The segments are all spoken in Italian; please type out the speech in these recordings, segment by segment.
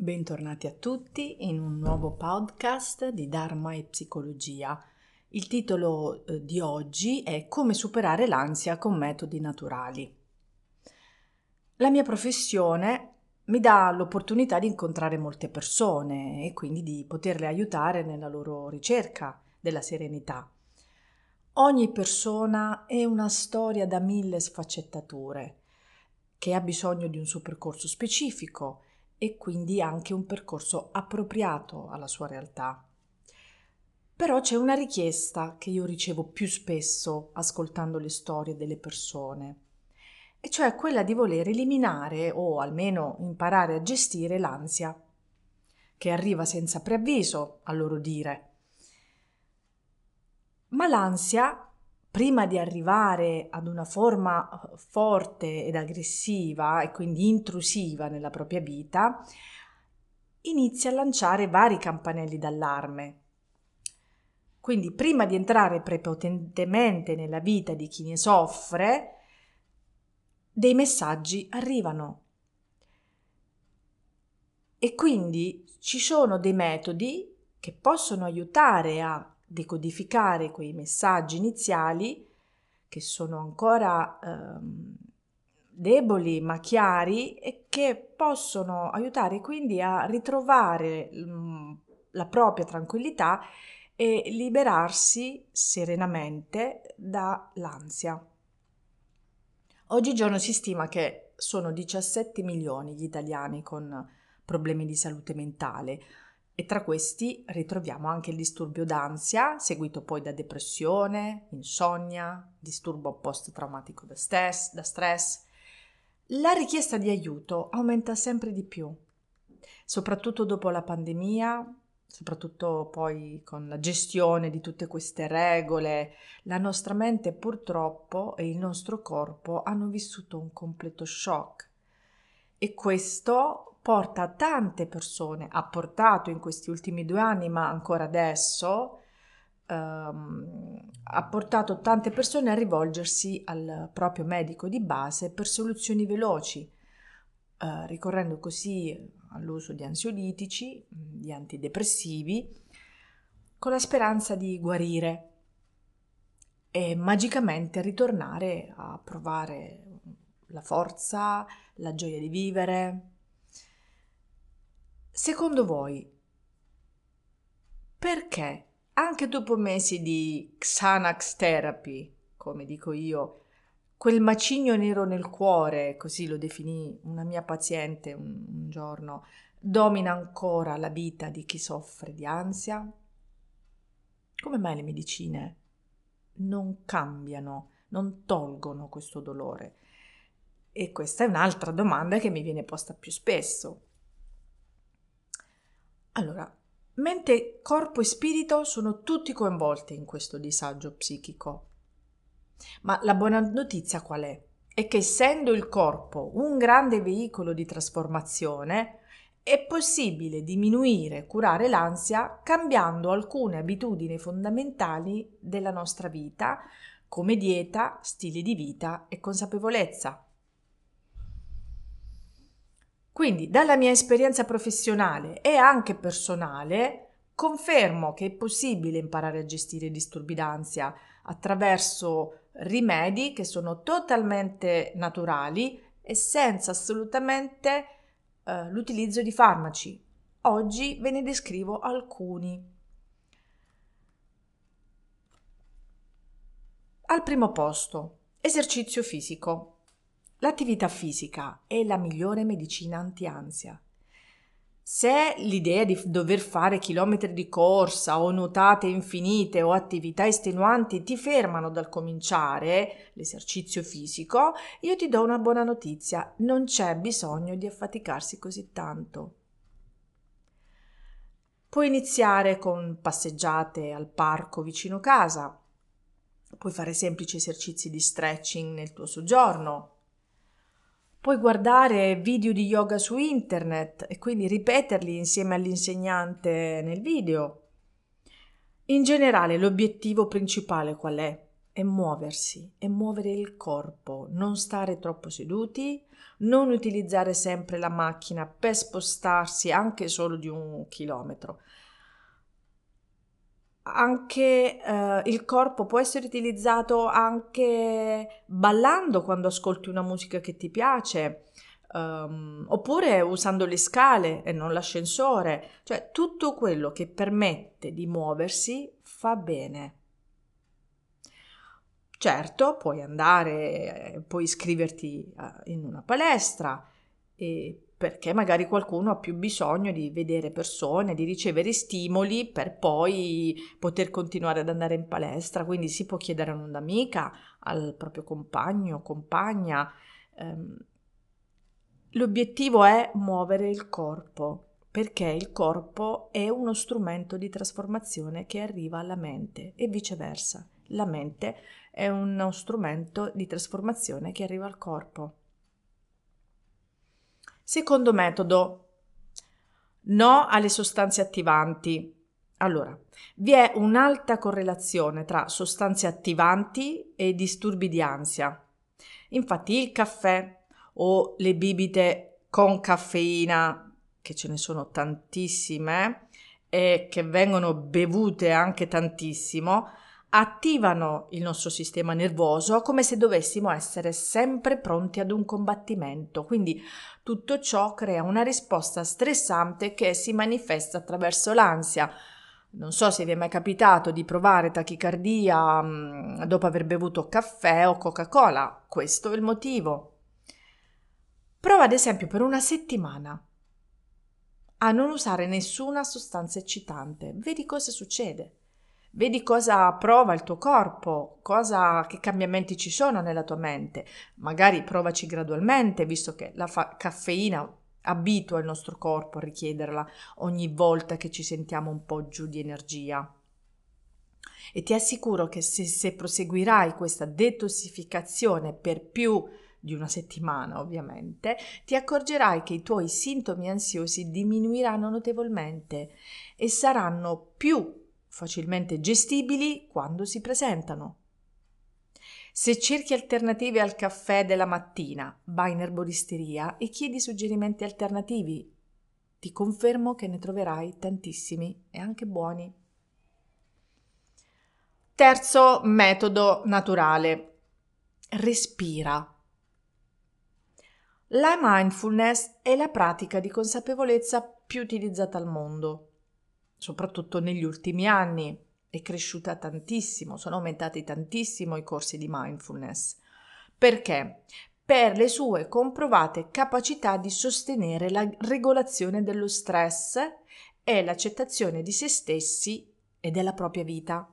Bentornati a tutti in un nuovo podcast di Dharma e Psicologia. Il titolo di oggi è Come superare l'ansia con metodi naturali. La mia professione mi dà l'opportunità di incontrare molte persone e quindi di poterle aiutare nella loro ricerca della serenità. Ogni persona è una storia da 1000 sfaccettature che ha bisogno di un suo percorso specifico e quindi anche un percorso appropriato alla sua realtà. Però c'è una richiesta che io ricevo più spesso ascoltando le storie delle persone, e cioè quella di voler eliminare o almeno imparare a gestire l'ansia, che arriva senza preavviso, a loro dire. Ma l'ansia, prima di arrivare ad una forma forte ed aggressiva e quindi intrusiva nella propria vita, inizia a lanciare vari campanelli d'allarme. Quindi prima di entrare prepotentemente nella vita di chi ne soffre, dei messaggi arrivano. E quindi ci sono dei metodi che possono aiutare a decodificare quei messaggi iniziali che sono ancora deboli ma chiari e che possono aiutare quindi a ritrovare la propria tranquillità e liberarsi serenamente dall'ansia. Oggigiorno si stima che sono 17 milioni gli italiani con problemi di salute mentale e tra questi ritroviamo anche il disturbio d'ansia, seguito poi da depressione, insonnia, disturbo post-traumatico da stress. La richiesta di aiuto aumenta sempre di più, soprattutto dopo la pandemia, soprattutto poi con la gestione di tutte queste regole. La nostra mente purtroppo e il nostro corpo hanno vissuto un completo shock e questo porta tante persone, ha portato in questi ultimi 2 anni, ma ancora adesso, ha portato tante persone a rivolgersi al proprio medico di base per soluzioni veloci, ricorrendo così all'uso di ansiolitici, di antidepressivi, con la speranza di guarire e magicamente ritornare a provare la forza, la gioia di vivere. Secondo voi, perché anche dopo mesi di Xanax therapy, come dico io, quel macigno nero nel cuore, così lo definì una mia paziente un giorno, domina ancora la vita di chi soffre di ansia? Come mai le medicine non cambiano, non tolgono questo dolore? E questa è un'altra domanda che mi viene posta più spesso. Allora, mente, corpo e spirito sono tutti coinvolti in questo disagio psichico. Ma la buona notizia qual è? È che essendo il corpo un grande veicolo di trasformazione, è possibile diminuire e curare l'ansia cambiando alcune abitudini fondamentali della nostra vita, come dieta, stile di vita e consapevolezza. Quindi, dalla mia esperienza professionale e anche personale, confermo che è possibile imparare a gestire i disturbi d'ansia attraverso rimedi che sono totalmente naturali e senza assolutamente l'utilizzo di farmaci. Oggi ve ne descrivo alcuni. Al primo posto, esercizio fisico. L'attività fisica è la migliore medicina anti-ansia. Se l'idea di dover fare chilometri di corsa o nuotate infinite o attività estenuanti ti fermano dal cominciare l'esercizio fisico, io ti do una buona notizia: non c'è bisogno di affaticarsi così tanto. Puoi iniziare con passeggiate al parco vicino casa, puoi fare semplici esercizi di stretching nel tuo soggiorno. Puoi guardare video di yoga su internet e quindi ripeterli insieme all'insegnante nel video. In generale, l'obiettivo principale qual è? è muoversi, è muovere il corpo, non stare troppo seduti, non utilizzare sempre la macchina per spostarsi anche solo di 1 chilometro. Anche il corpo può essere utilizzato anche ballando quando ascolti una musica che ti piace, oppure usando le scale e non l'ascensore, cioè tutto quello che permette di muoversi fa bene. Certo, puoi andare, puoi iscriverti in una palestra, perché magari qualcuno ha più bisogno di vedere persone, di ricevere stimoli per poi poter continuare ad andare in palestra. Quindi si può chiedere a un'amica, al proprio compagno o compagna. Ehm, L'obiettivo è muovere il corpo, perché il corpo è uno strumento di trasformazione che arriva alla mente e viceversa. La mente è uno strumento di trasformazione che arriva al corpo. Secondo metodo, no alle sostanze attivanti. Allora, vi è un'alta correlazione tra sostanze attivanti e disturbi di ansia. Infatti il caffè o le bibite con caffeina, che ce ne sono tantissime e che vengono bevute anche tantissimo, attivano il nostro sistema nervoso come se dovessimo essere sempre pronti ad un combattimento. Quindi tutto ciò crea una risposta stressante che si manifesta attraverso l'ansia. Non so se vi è mai capitato di provare tachicardia dopo aver bevuto caffè o Coca-Cola. Questo è il motivo. Prova ad esempio per una settimana a non usare nessuna sostanza eccitante. Vedi cosa succede. Vedi cosa prova il tuo corpo, che cambiamenti ci sono nella tua mente. Magari provaci gradualmente, visto che la caffeina abitua il nostro corpo a richiederla ogni volta che ci sentiamo un po' giù di energia. E ti assicuro che se proseguirai questa detossificazione per più di una settimana, ovviamente, ti accorgerai che i tuoi sintomi ansiosi diminuiranno notevolmente e saranno più facilmente gestibili quando si presentano. Se cerchi alternative al caffè della mattina, vai in erboristeria e chiedi suggerimenti alternativi. Ti confermo che ne troverai tantissimi e anche buoni. Terzo metodo naturale. Respira. La mindfulness è la pratica di consapevolezza più utilizzata al mondo, soprattutto negli ultimi anni. È cresciuta tantissimo, sono aumentati tantissimo i corsi di mindfulness. Perché? Per le sue comprovate capacità di sostenere la regolazione dello stress e l'accettazione di se stessi e della propria vita.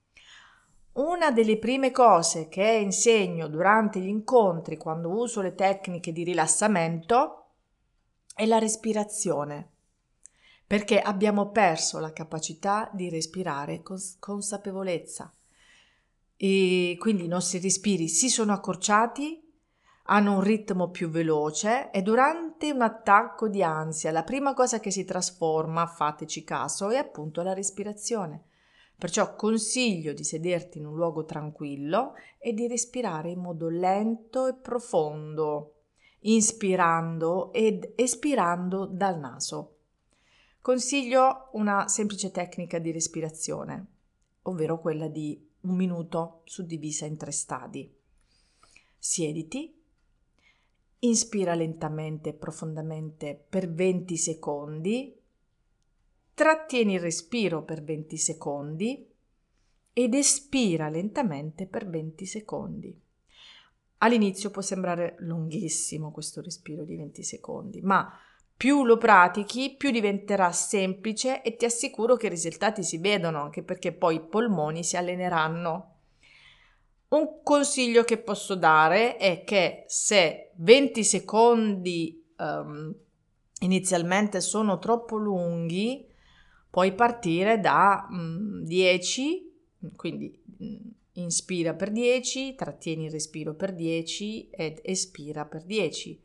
Una delle prime cose che insegno durante gli incontri quando uso le tecniche di rilassamento è la respirazione, perché abbiamo perso la capacità di respirare con consapevolezza e quindi i nostri respiri si sono accorciati, hanno un ritmo più veloce e durante un attacco di ansia la prima cosa che si trasforma, fateci caso, è appunto la respirazione. Perciò consiglio di sederti in un luogo tranquillo e di respirare in modo lento e profondo, inspirando ed espirando dal naso. Consiglio una semplice tecnica di respirazione, ovvero quella di 1 minuto suddivisa in 3 stadi. Siediti, inspira lentamente e profondamente per 20 secondi, trattieni il respiro per 20 secondi ed espira lentamente per 20 secondi. All'inizio può sembrare lunghissimo questo respiro di 20 secondi, ma più lo pratichi, più diventerà semplice e ti assicuro che i risultati si vedono, anche perché poi i polmoni si alleneranno. Un consiglio che posso dare è che se 20 secondi inizialmente sono troppo lunghi, puoi partire da 10, quindi inspira per 10, trattieni il respiro per 10 ed espira per 10.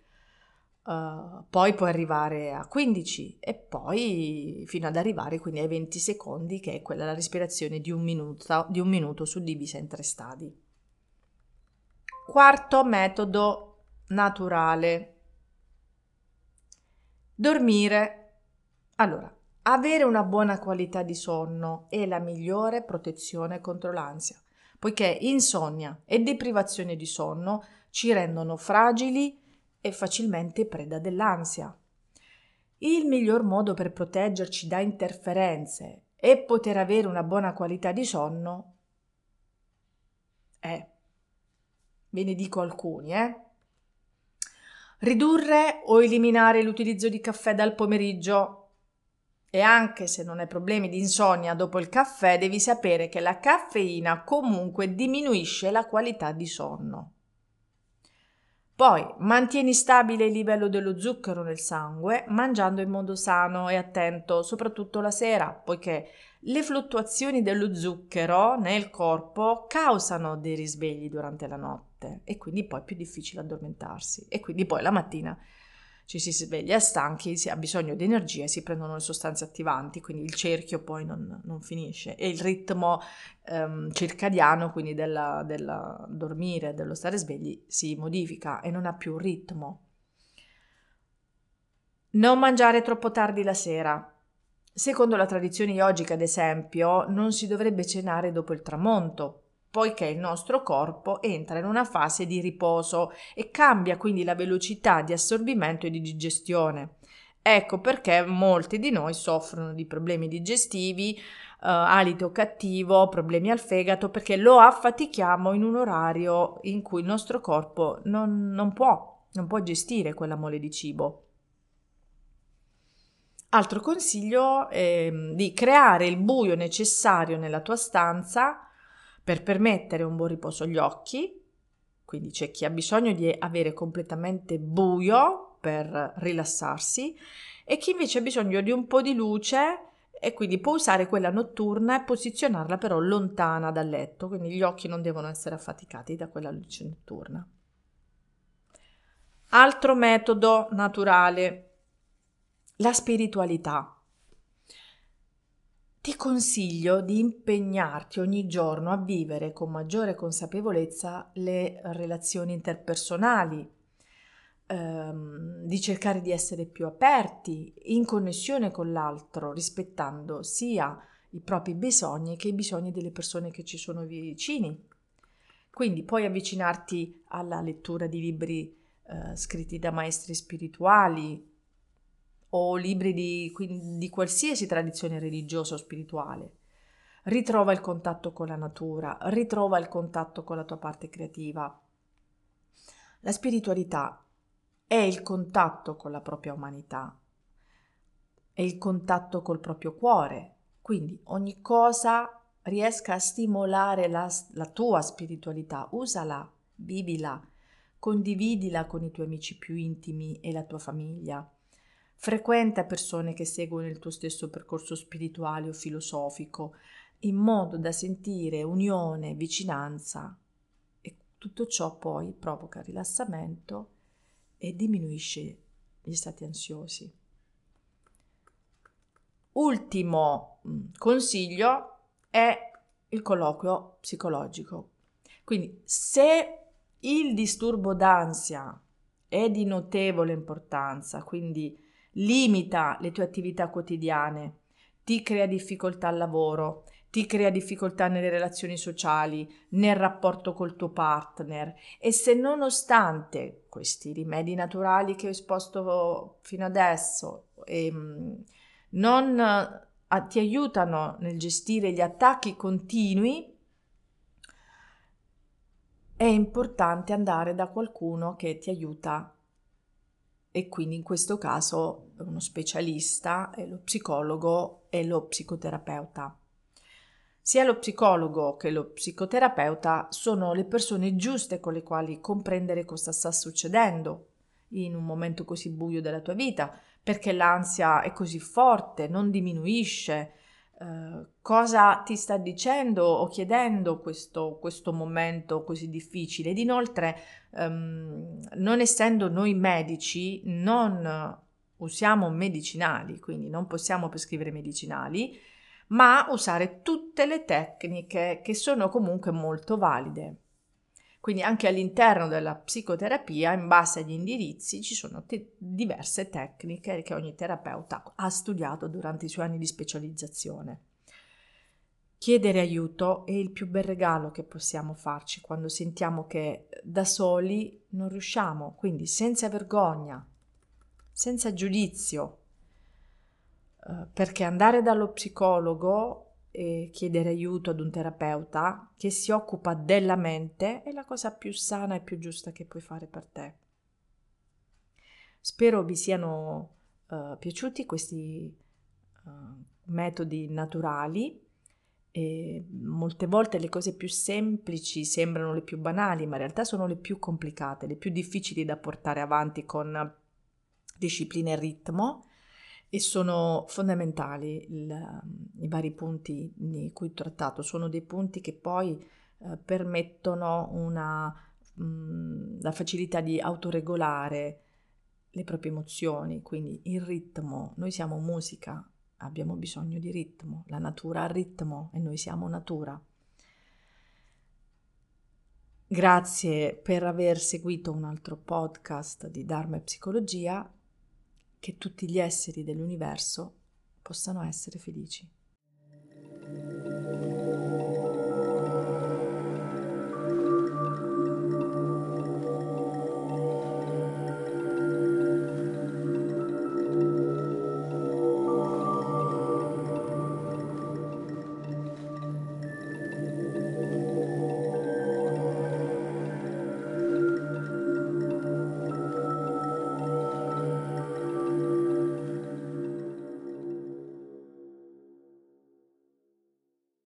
Poi puoi arrivare a 15 e poi fino ad arrivare quindi ai 20 secondi, che è quella la respirazione di un minuto suddivisa in 3 stadi. Quarto metodo naturale. Dormire. Allora, avere una buona qualità di sonno è la migliore protezione contro l'ansia, poiché insonnia e deprivazione di sonno ci rendono fragili e facilmente preda dell'ansia. Il miglior modo per proteggerci da interferenze e poter avere una buona qualità di sonno è, ve ne dico alcuni, ridurre o eliminare l'utilizzo di caffè dal pomeriggio. E anche se non hai problemi di insonnia dopo il caffè, devi sapere che la caffeina comunque diminuisce la qualità di sonno. Poi mantieni stabile il livello dello zucchero nel sangue mangiando in modo sano e attento, soprattutto la sera, poiché le fluttuazioni dello zucchero nel corpo causano dei risvegli durante la notte e quindi poi è più difficile addormentarsi e quindi poi la mattina ci si sveglia stanchi, si ha bisogno di energia e si prendono le sostanze attivanti, quindi il cerchio poi non finisce e il ritmo circadiano, quindi della dormire, dello stare svegli, si modifica e non ha più un ritmo. Non mangiare troppo tardi la sera. Secondo la tradizione yogica, ad esempio, non si dovrebbe cenare dopo il tramonto, poiché il nostro corpo entra in una fase di riposo e cambia quindi la velocità di assorbimento e di digestione. Ecco perché molti di noi soffrono di problemi digestivi, alito cattivo, problemi al fegato, perché lo affatichiamo in un orario in cui il nostro corpo non può gestire quella mole di cibo. Altro consiglio è di creare il buio necessario nella tua stanza per permettere un buon riposo agli occhi, quindi c'è chi ha bisogno di avere completamente buio per rilassarsi e chi invece ha bisogno di un po' di luce e quindi può usare quella notturna e posizionarla però lontana dal letto, quindi gli occhi non devono essere affaticati da quella luce notturna. Altro metodo naturale. La spiritualità. Ti consiglio di impegnarti ogni giorno a vivere con maggiore consapevolezza le relazioni interpersonali, di cercare di essere più aperti, in connessione con l'altro, rispettando sia i propri bisogni che i bisogni delle persone che ci sono vicini. Quindi puoi avvicinarti alla lettura di libri scritti da maestri spirituali, o libri di qualsiasi tradizione religiosa o spirituale. Ritrova il contatto con la natura, ritrova il contatto con la tua parte creativa. La spiritualità è il contatto con la propria umanità, è il contatto col proprio cuore, quindi ogni cosa riesca a stimolare la tua spiritualità, usala, vivila, condividila con i tuoi amici più intimi e la tua famiglia. Frequenta persone che seguono il tuo stesso percorso spirituale o filosofico, in modo da sentire unione, vicinanza e tutto ciò poi provoca rilassamento e diminuisce gli stati ansiosi. Ultimo consiglio è il colloquio psicologico. Quindi se il disturbo d'ansia è di notevole importanza, quindi limita le tue attività quotidiane, ti crea difficoltà al lavoro, ti crea difficoltà nelle relazioni sociali, nel rapporto col tuo partner e se nonostante questi rimedi naturali che ho esposto fino adesso non ti aiutano nel gestire gli attacchi continui, è importante andare da qualcuno che ti aiuta e quindi in questo caso uno specialista, lo psicologo e lo psicoterapeuta. Sia lo psicologo che lo psicoterapeuta sono le persone giuste con le quali comprendere cosa sta succedendo in un momento così buio della tua vita, perché l'ansia è così forte, non diminuisce. Cosa ti sta dicendo o chiedendo questo momento così difficile? Ed inoltre, non essendo noi medici, non usiamo medicinali, quindi non possiamo prescrivere medicinali, ma usare tutte le tecniche che sono comunque molto valide. Quindi anche all'interno della psicoterapia, in base agli indirizzi, ci sono diverse tecniche che ogni terapeuta ha studiato durante i suoi anni di specializzazione. Chiedere aiuto è il più bel regalo che possiamo farci quando sentiamo che da soli non riusciamo, quindi senza vergogna, senza giudizio, perché andare dallo psicologo e chiedere aiuto ad un terapeuta che si occupa della mente è la cosa più sana e più giusta che puoi fare per te. Spero vi siano piaciuti questi metodi naturali. E molte volte le cose più semplici sembrano le più banali, ma in realtà sono le più complicate, le più difficili da portare avanti con disciplina e ritmo, e sono fondamentali i vari punti di cui ho trattato. Sono dei punti che poi permettono la facilità di autoregolare le proprie emozioni, quindi il ritmo. Noi siamo musica, abbiamo bisogno di ritmo, la natura ha ritmo e noi siamo natura. Grazie per aver seguito un altro podcast di Dharma e Psicologia. Che tutti gli esseri dell'universo possano essere felici.